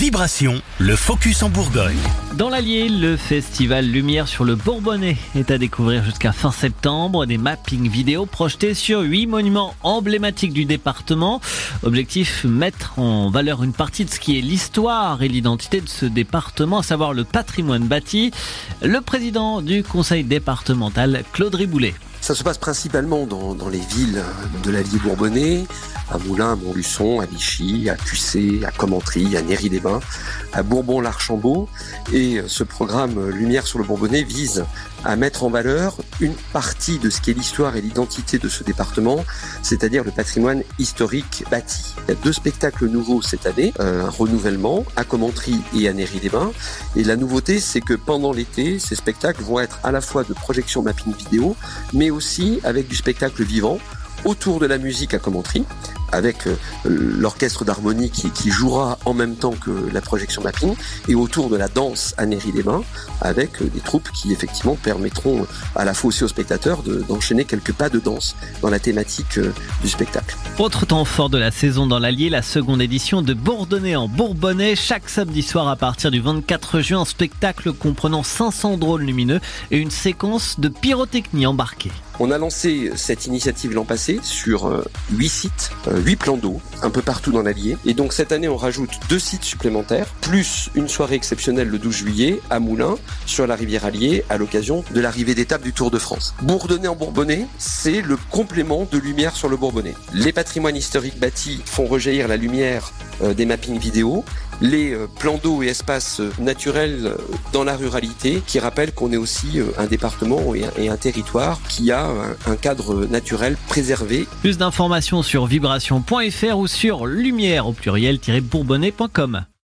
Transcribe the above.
Vibration, le focus en Bourgogne. Dans l'Allier, le festival Lumière sur le Bourbonnais est à découvrir jusqu'à fin septembre. Des mappings vidéo projetés sur 8 monuments emblématiques du département. Objectif, mettre en valeur une partie de ce qui est l'histoire et l'identité de ce département, à savoir le patrimoine bâti. Le président du conseil départemental, Claude Riboulet. Ça se passe principalement dans les villes de l'Allier bourbonnais, à Moulins, à Montluçon, à Vichy, à Cussé, à Commentry, à Néry-les-Bains, à Bourbon-l'Archambault. Et ce programme Lumière sur le Bourbonnais vise à mettre en valeur une partie de ce qui est l'histoire et l'identité de ce département, c'est-à-dire le patrimoine historique bâti. Il y a 2 spectacles nouveaux cette année, un renouvellement à Commentry et à Néry-les-Bains. Et la nouveauté, c'est que pendant l'été, ces spectacles vont être à la fois de projection mapping vidéo, mais aussi avec du spectacle vivant autour de la musique à Commentry, avec l'orchestre d'harmonie qui jouera en même temps que la projection mapping, et autour de la danse à Néry-les-Bains, avec des troupes qui effectivement permettront à la fois aussi aux spectateurs d'enchaîner quelques pas de danse dans la thématique du spectacle. Autre temps fort de la saison dans l'Allier, la seconde édition de Bourdonnais en Bourbonnais. Chaque samedi soir à partir du 24 juin, un spectacle comprenant 500 drôles lumineux et une séquence de pyrotechnie embarquée. On a lancé cette initiative l'an passé sur 8 sites, 8 plans d'eau, un peu partout dans l'Allier. Et donc cette année, on rajoute 2 sites supplémentaires, plus une soirée exceptionnelle le 12 juillet à Moulins, sur la rivière Allier, à l'occasion de l'arrivée d'étape du Tour de France. Bourdonnais en Bourbonnais, c'est le complément de Lumière sur le Bourbonnais. Les patrimoines historiques bâtis font rejaillir la lumière des mappings vidéo, les plans d'eau et espaces naturels dans la ruralité, qui rappellent qu'on est aussi un département et un territoire qui a un cadre naturel préservé. Plus d'informations sur vibration.fr ou sur lumière au pluriel-bourbonnais.com.